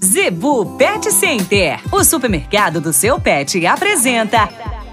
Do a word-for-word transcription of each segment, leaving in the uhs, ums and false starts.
Zebu Pet Center, o supermercado do seu pet, apresenta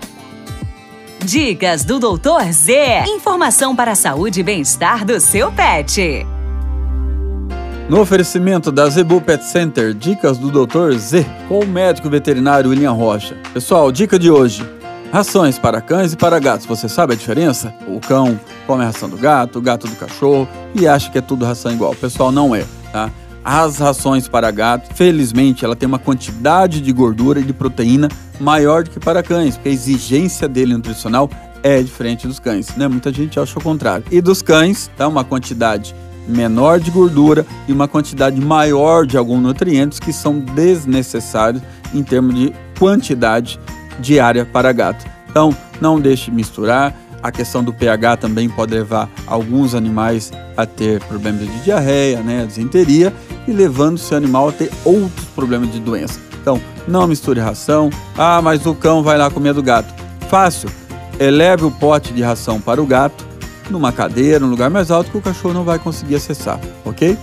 Dicas do doutor Z. Informação para a saúde e bem-estar do seu pet. No oferecimento da Zebu Pet Center, dicas do doutor Z, com o médico veterinário William Rocha. Pessoal, dica de hoje: rações para cães e para gatos. Você sabe a diferença? O cão come a ração do gato, o gato do cachorro e acha que é tudo ração igual. Pessoal, não é, tá? As rações para gato, felizmente, ela tem uma quantidade de gordura e de proteína maior do que para cães, porque a exigência dele nutricional é diferente dos cães, né? Muita gente acha o contrário. E dos cães, tá? Uma quantidade menor de gordura e uma quantidade maior de alguns nutrientes que são desnecessários em termos de quantidade diária para gato. Então, não deixe misturar. A questão do pH também pode levar alguns animais a ter problemas de diarreia, né, disenteria, e levando seu animal a ter outros problemas de doença. Então, não misture ração. Ah, mas o cão vai lá comer do gato. Fácil. Eleve o pote de ração para o gato numa cadeira, num lugar mais alto que o cachorro não vai conseguir acessar, ok?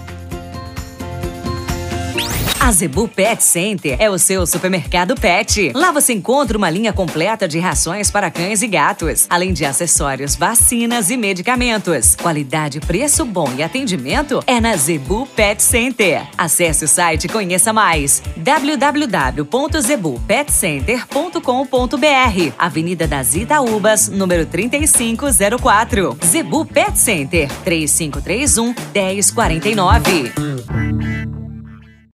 A Zebu Pet Center é o seu supermercado pet. Lá você encontra uma linha completa de rações para cães e gatos, além de acessórios, vacinas e medicamentos. Qualidade, preço bom e atendimento é na Zebu Pet Center. Acesse o site e conheça mais. w w w ponto zebu pet center ponto com ponto b r, Avenida das Itaúbas, número trinta e cinco zero quatro. Zebu Pet Center, três cinco três um, um zero quatro nove.